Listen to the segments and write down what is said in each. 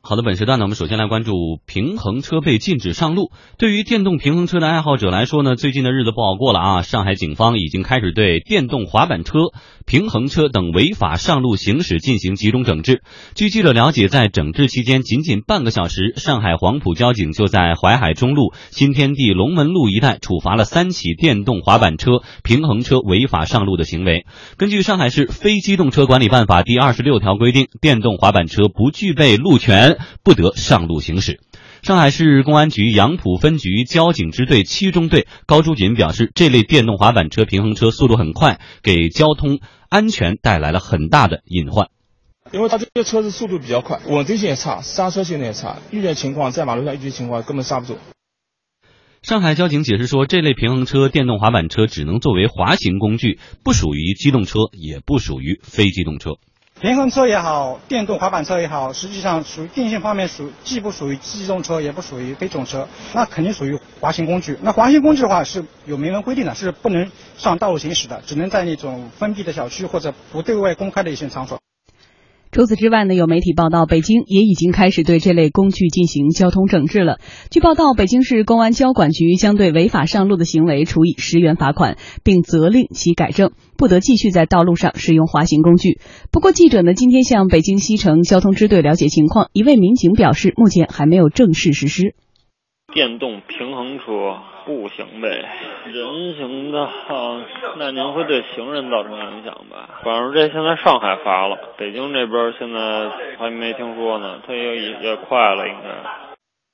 好的，本时段呢，我们首先来关注平衡车被禁止上路。对于电动平衡车的爱好者来说呢，最近的日子不好过了啊！上海警方已经开始对电动滑板车、平衡车等违法上路行驶进行集中整治。据记者了解，在整治期间仅仅半个小时，上海黄埔交警就在淮海中路、新天地龙门路一带处罚了3起电动滑板车、平衡车违法上路的行为。根据上海市非机动车管理办法第26条规定，电动滑板车不具备路权，不得上路行驶。上海市公安局杨浦分局交警支队7中队高书锦表示，这类电动滑板车、平衡车速度很快，给交通安全带来了很大的隐患。 因为它这个车子速度比较快，稳定性也差，刹车性也差，遇见情况在马路上遇见情况根本刹不住。 上海交警解释说，这类平衡车、电动滑板车只能作为滑行工具，不属于机动车，也不属于非机动车。 平衡车也好，电动滑板车也好，实际上属于定性方面既不属于机动车，也不属于非机动车，那肯定属于滑行工具。那滑行工具的话是有明文规定的，是不能上道路行驶的，只能在那种封闭的小区或者不对外公开的一些场所。 除此之外呢，有媒体报道，北京也已经开始对这类工具进行交通整治了。据报道，北京市公安交管局将对违法上路的行为处以10元罚款，并责令其改正，不得继续在道路上使用滑行工具。不过记者呢，今天向北京西城交通支队了解情况，一位民警表示，目前还没有正式实施。 电动平衡车不行呗，人行的那您会对行人造成影响吧？反正这现在上海发了，北京这边现在还没听说呢，它也快了应该。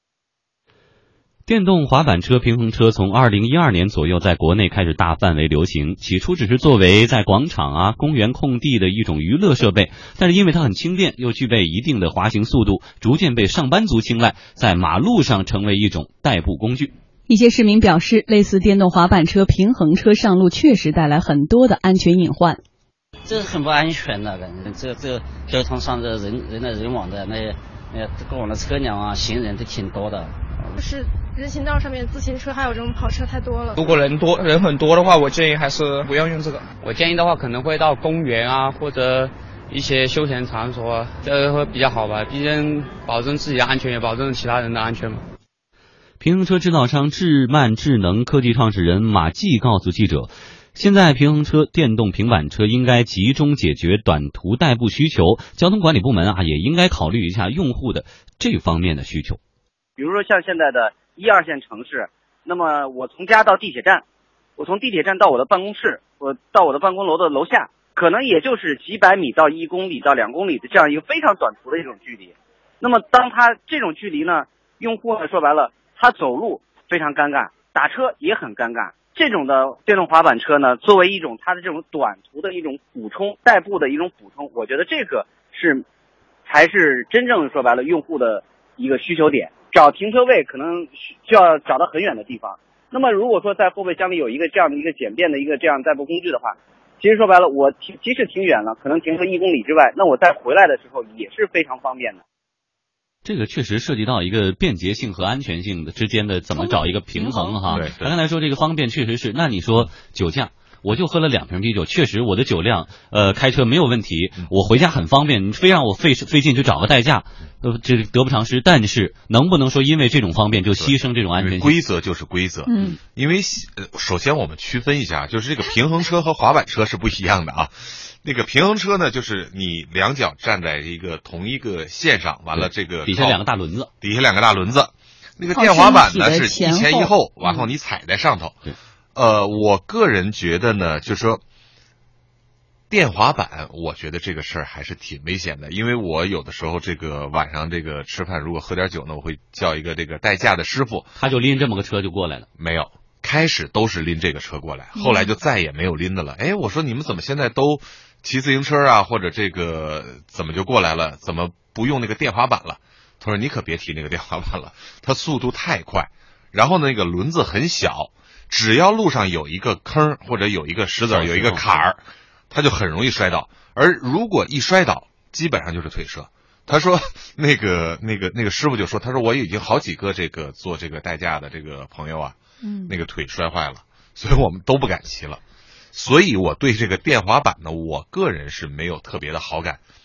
电动滑板车、平衡车从2012年左右在国内开始大范围流行，起初只是作为在广场公园空地的一种娱乐设备，但是因为它很轻便，又具备一定的滑行速度，逐渐被上班族青睐，在马路上成为一种代步工具。 一些市民表示，类似电动滑板车、平衡车上路确实带来很多的安全隐患。 这很不安全的，感觉这交通上的人来人往的那过往的车辆行人都挺多的。 是人行道上面自行车还有这种跑车太多了。 如果人很多的话，我建议还是不要用这个。 我建议的话，可能会到公园或者一些休闲场所，这会比较好吧，毕竟保证自己的安全，也保证其他人的安全嘛。 平衡车制造商智曼智能科技创始人马季告诉记者，现在平衡车、电动平板车应该集中解决短途代步需求，交通管理部门也应该考虑一下用户的这方面的需求。 比如说像现在的1、2线城市，那么我从家到地铁站，我从地铁站到我的办公室，我到我的办公楼的楼下，可能也就是几百米到1公里到2公里的这样一个非常短途的一种距离。那么当他这种距离呢，用户呢说白了，他走路非常尴尬，打车也很尴尬。这种的电动滑板车呢，作为一种它的这种短途的一种补充，代步的一种补充，我觉得这个才是真正说白了用户的一个需求点。找停车位可能需要找到很远的地方，那么如果说在后备箱里有一个这样的一个简便的一个这样代步工具的话，其实说白了，我即使停远了，可能停个1公里之外，那我再回来的时候也是非常方便的。 这个确实涉及到一个便捷性和安全性的之间的怎么找一个平衡哈。刚才来说这个方便确实是，那你说酒驾，我就喝了2瓶啤酒，确实我的酒量开车没有问题，我回家很方便，你非让我费劲去找个代驾，这得不偿失。但是能不能说因为这种方便就牺牲这种安全性？ 规则就是规则，因为首先我们区分一下，就是这个平衡车和滑板车是不一样的啊。那个平衡车呢，就是你两脚站在同一个线上，完了这个底下2个大轮子， 那个电滑板呢是一前一后，然后你踩在上头。我个人觉得呢，就是说电滑板，我觉得这个事儿还是挺危险的，因为我有的时候这个晚上这个吃饭，如果喝点酒呢，我会叫一个这个代驾的师傅， 他就拎这么个车就过来了。 没有，开始都是拎这个车过来，后来就再也没有拎的了。我说你们怎么现在都骑自行车或者这个怎么就过来了？怎么不用那个电滑板了？他说你可别提那个电滑板了，它速度太快，然后那个轮子很小。只要路上有一个坑或者有一个石子有一个坎儿，他就很容易摔倒。而如果一摔倒，基本上就是腿折。他说那个师傅就说，他说我已经好几个这个做这个代驾的这个朋友那个腿摔坏了，所以我们都不敢骑了。所以我对这个电滑板呢，我个人是没有特别的好感。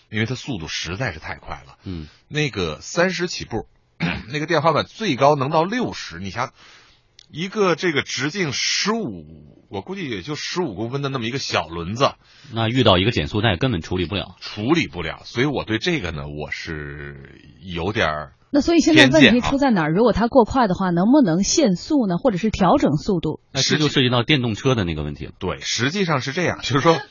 因为它速度实在是太快了。那个30起步，那个天花板最高能到60，你想一个这个直径15，我估计也就15公分的那么一个小轮子， 那遇到一个减速带根本处理不了。 所以我对这个呢，我是有点那所以现在问题出在哪儿？如果它过快的话，能不能限速呢，或者是调整速度？ 那这就涉及到电动车的那个问题了。 对，实际上是这样，就是说，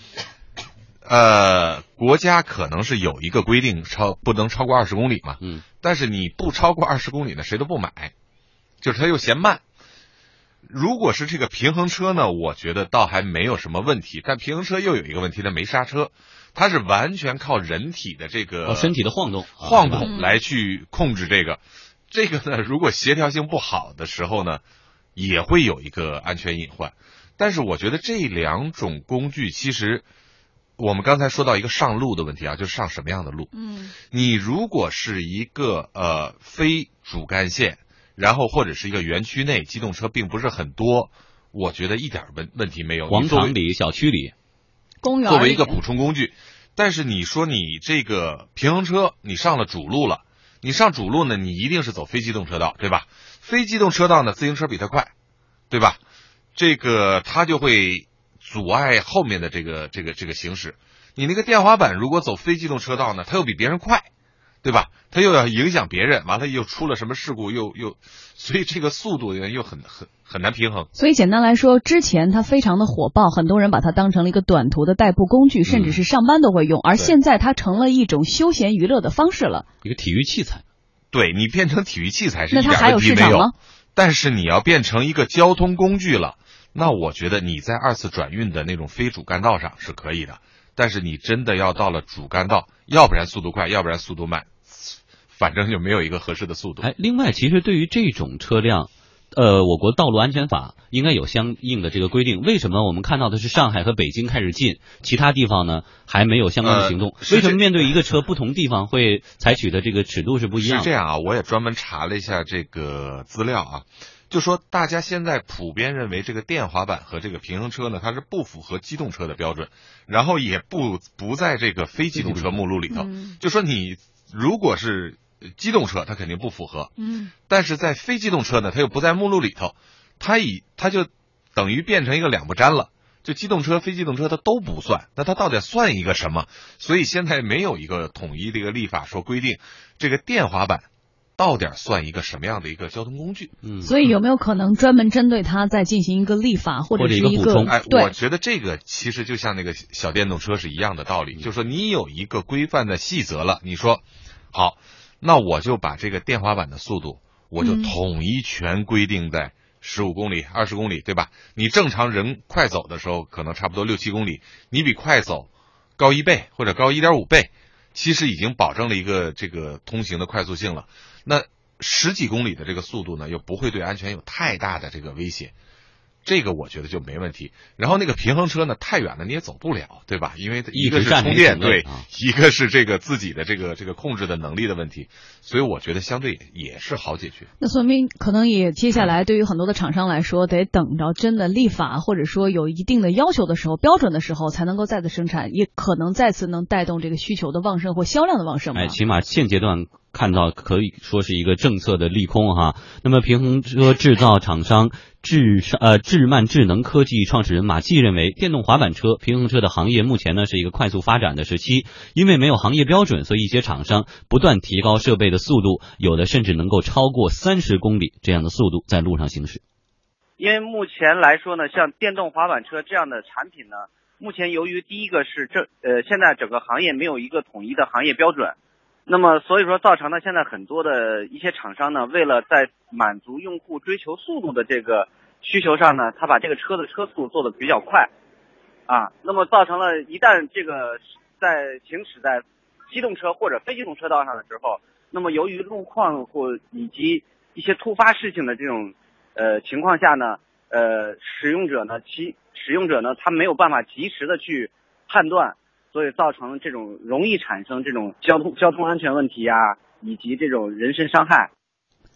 国家可能是有一个规定，不能超过20公里嘛。但是你不超过20公里呢，谁都不买，就是它又嫌慢。如果是这个平衡车呢，我觉得倒还没有什么问题，但平衡车又有一个问题，它没刹车，它是完全靠人体的这个身体的晃动来去控制这个。这个呢，如果协调性不好的时候呢，也会有一个安全隐患。但是我觉得这2种工具，其实我们刚才说到一个上路的问题啊，就是上什么样的路。你如果是一个非主干线，然后或者是一个园区内机动车并不是很多，我觉得一点问题没有。 广场里、小区里、 公园作为一个补充工具。但是你说你这个平衡车，你上了主路了，你上主路呢，你一定是走非机动车道，对吧？非机动车道呢，自行车比它快，对吧？这个它就会阻碍后面的这个行驶。你那个电滑板如果走非机动车道呢，它又比别人快，对吧？它又要影响别人，完了又出了什么事故，所以这个速度又很难平衡。 所以简单来说，之前它非常的火爆，很多人把它当成了一个短途的代步工具，甚至是上班都会用。而现在它成了一种休闲娱乐的方式了， 一个体育器材。 对，你变成体育器材是一点问题没有。那它还有市场吗？ 但是你要变成一个交通工具了，那我觉得你在2次转运的那种非主干道上是可以的。但是你真的要到了主干道，要不然速度快，要不然速度慢，反正就没有一个合适的速度。 另外其实对于这种车辆，我国道路安全法应该有相应的这个规定。为什么我们看到的是上海和北京开始禁，其他地方呢还没有相关的行动？为什么面对一个车，不同地方会采取的这个尺度是不一样的？ 是这样啊，我也专门查了一下这个资料啊，就说大家现在普遍认为这个电滑板和这个平衡车呢，它是不符合机动车的标准，然后也不在这个非机动车目录里头。就说你如果是机动车，它肯定不符合。但是在非机动车呢，它又不在目录里头，它就等于变成一个两不沾了。就机动车、非机动车它都不算，那它到底算一个什么？所以现在没有一个统一的一个立法说规定这个电滑板到底算一个什么样的一个交通工具。 所以有没有可能专门针对它再进行一个立法，或者是一个补充？ 我觉得这个其实就像那个小电动车是一样的道理，就是说你有一个规范的细则了，你说好，那我就把这个电滑板的速度我就统一全规定在15公里、20公里，对吧？你正常人快走的时候可能差不多6、7公里，你比快走高1倍或者高1.5倍，其实已经保证了一个这个通行的快速性了。那10几公里的这个速度呢，又不会对安全有太大的这个威胁，这个我觉得就没问题。然后那个平衡车呢，太远了你也走不了，对吧？因为一个是充电，对，一个是这个自己的这个控制的能力的问题，所以我觉得相对也是好解决。 那说明可能也接下来对于很多的厂商来说，得等着真的立法或者说有一定的要求的时候、标准的时候，才能够再次生产，也可能再次能带动这个需求的旺盛或销量的旺盛嘛。 起码现阶段看到可以说是一个政策的利空哈。那么平衡车制造厂商智曼智能科技创始人马季认为，电动滑板车、平衡车的行业目前呢是一个快速发展的时期，因为没有行业标准，所以一些厂商不断提高设备的速度，有的甚至能够超过30公里这样的速度在路上行驶。 因为目前来说呢，像电动滑板车这样的产品呢，目前由于第一个是现在整个行业没有一个统一的行业标准，那么所以说造成了现在很多的一些厂商呢，为了在满足用户追求速度的这个需求上呢，他把这个车的车速做得比较快啊，那么造成了一旦这个在行驶在机动车或者非机动车道上的时候，那么由于路况或以及一些突发事情的这种情况下呢，使用者呢他没有办法及时的去判断，所以造成这种容易产生这种交通安全问题啊，以及这种人身伤害。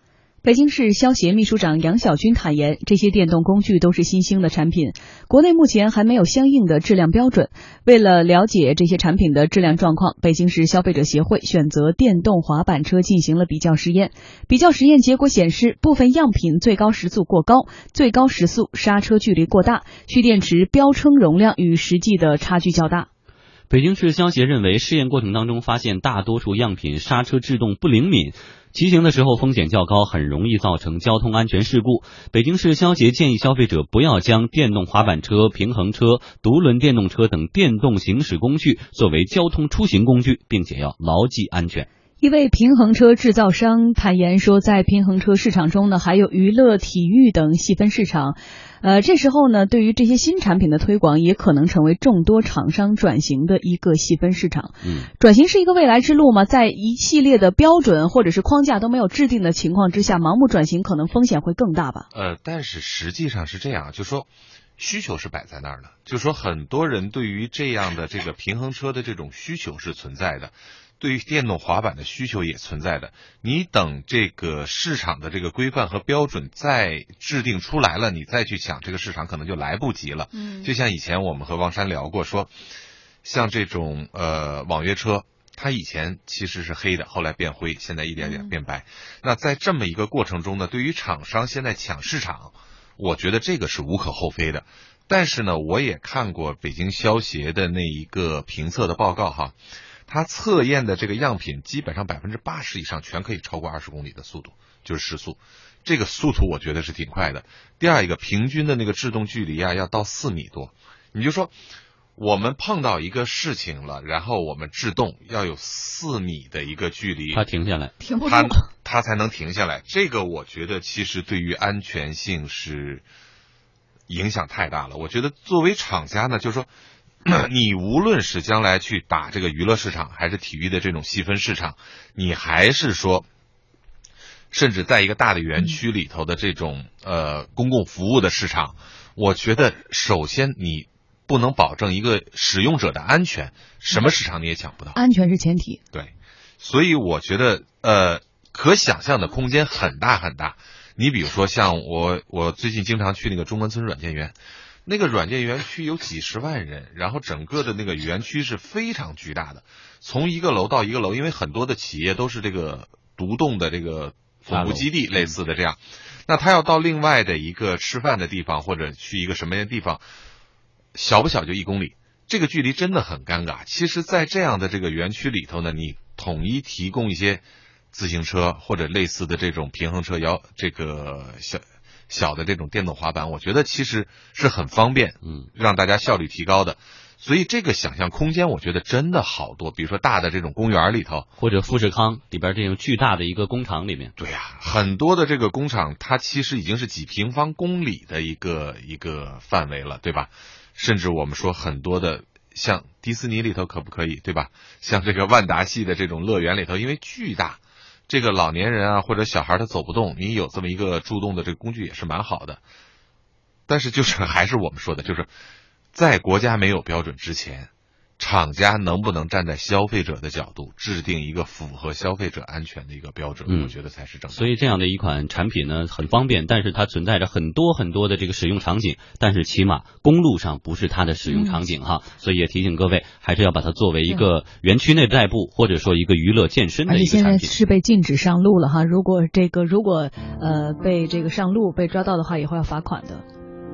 北京市消协秘书长杨晓军坦言，这些电动工具都是新兴的产品，国内目前还没有相应的质量标准。为了了解这些产品的质量状况，北京市消费者协会选择电动滑板车进行了比较实验。比较实验结果显示，部分样品最高时速过高，最高时速刹车距离过大，蓄电池标称容量与实际的差距较大。 北京市消协认为，试验过程当中发现大多数样品刹车制动不灵敏，骑行的时候风险较高，很容易造成交通安全事故。北京市消协建议消费者不要将电动滑板车、平衡车、独轮电动车等电动行驶工具作为交通出行工具，并且要牢记安全。 一位平衡车制造商坦言说，在平衡车市场中呢，还有娱乐、体育等细分市场。这时候呢，对于这些新产品的推广，也可能成为众多厂商转型的一个细分市场。转型是一个未来之路嘛，在一系列的标准或者是框架都没有制定的情况之下，盲目转型可能风险会更大吧？ 但是实际上是这样，就说需求是摆在那儿的，就说很多人对于这样的这个平衡车的这种需求是存在的。对于电动滑板的需求也存在的，你等这个市场的这个规范和标准再制定出来了，你再去抢这个市场可能就来不及了。就像以前我们和王珊聊过，说像这种网约车，它以前其实是黑的，后来变灰，现在一点点变白。那在这么一个过程中呢，对于厂商现在抢市场，我觉得这个是无可厚非的。但是呢，我也看过北京消协的那一个评测的报告哈。它测验的这个样品基本上80%以上全可以超过20公里的速度，就是时速。这个速度我觉得是挺快的。第二一个，平均的那个制动距离啊要到4米多。你就说我们碰到一个事情了，然后我们制动要有4米的一个距离， 它停下来， 停不住， 它才能停下来。这个我觉得其实对于安全性是影响太大了。我觉得作为厂家呢，就是说你无论是将来去打这个娱乐市场还是体育的这种细分市场，你还是说甚至在一个大的园区里头的这种公共服务的市场，我觉得首先你不能保证一个使用者的安全，什么市场你也抢不到， 安全是前提。 对，所以我觉得可想象的空间很大很大。你比如说像我最近经常去那个中关村软件园，那个软件园区有几十万人，然后整个的那个园区是非常巨大的，从一个楼到一个楼，因为很多的企业都是这个独栋的这个总部基地类似的这样，那他要到另外的一个吃饭的地方或者去一个什么样的地方，小不小就1公里，这个距离真的很尴尬。其实在这样的这个园区里头呢，你统一提供一些自行车或者类似的这种平衡车，这个小的这种电动滑板，我觉得其实是很方便，让大家效率提高的。所以这个想象空间我觉得真的好多，比如说大的这种公园里头， 或者富士康里边这种巨大的一个工厂里面。 对呀，很多的这个工厂它其实已经是几平方公里的一个范围了，对吧？甚至我们说很多的像迪士尼里头可不可以，对吧？像这个万达系的这种乐园里头，因为巨大，这个老年人啊或者小孩他走不动，你有这么一个助动的这个工具也是蛮好的。但是就是还是我们说的，就是在国家没有标准之前，厂家能不能站在消费者的角度制定一个符合消费者安全的一个标准，我觉得才是正确的。 所以这样的一款产品呢很方便，但是它存在着很多很多的这个使用场景，但是起码公路上不是它的使用场景哈，所以也提醒各位还是要把它作为一个园区内的代步，或者说一个娱乐健身的一个产品。 而且现在是被禁止上路了哈，如果被这个上路被抓到的话，以后要罚款的。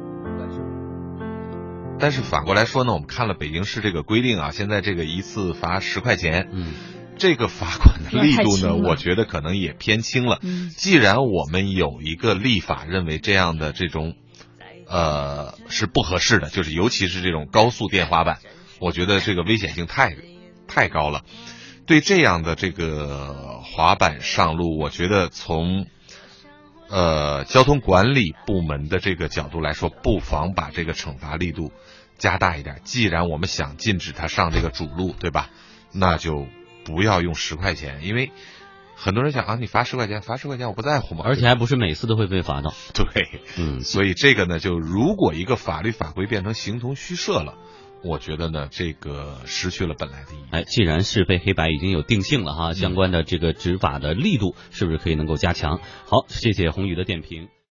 但是反过来说呢，我们看了北京市这个规定啊，现在这个一次罚10块钱，这个罚款的力度呢，我觉得可能也偏轻了。既然我们有一个立法认为这样的这种是不合适的，就是尤其是这种高速电滑板，我觉得这个危险性太高了。对这样的这个滑板上路，我觉得从交通管理部门的这个角度来说，不妨把这个惩罚力度加大一点。既然我们想禁止他上这个主路，对吧？那就不要用10块钱，因为很多人想啊，你罚10块钱，罚10块钱我不在乎嘛， 而且还不是每次都会被罚到。 对，所以这个呢，就如果一个法律法规变成形同虚设了， 我觉得呢，这个失去了本来的意义。 哎，既然是非黑白已经有定性了哈，相关的这个执法的力度是不是可以能够加强？好，谢谢宏宇的点评。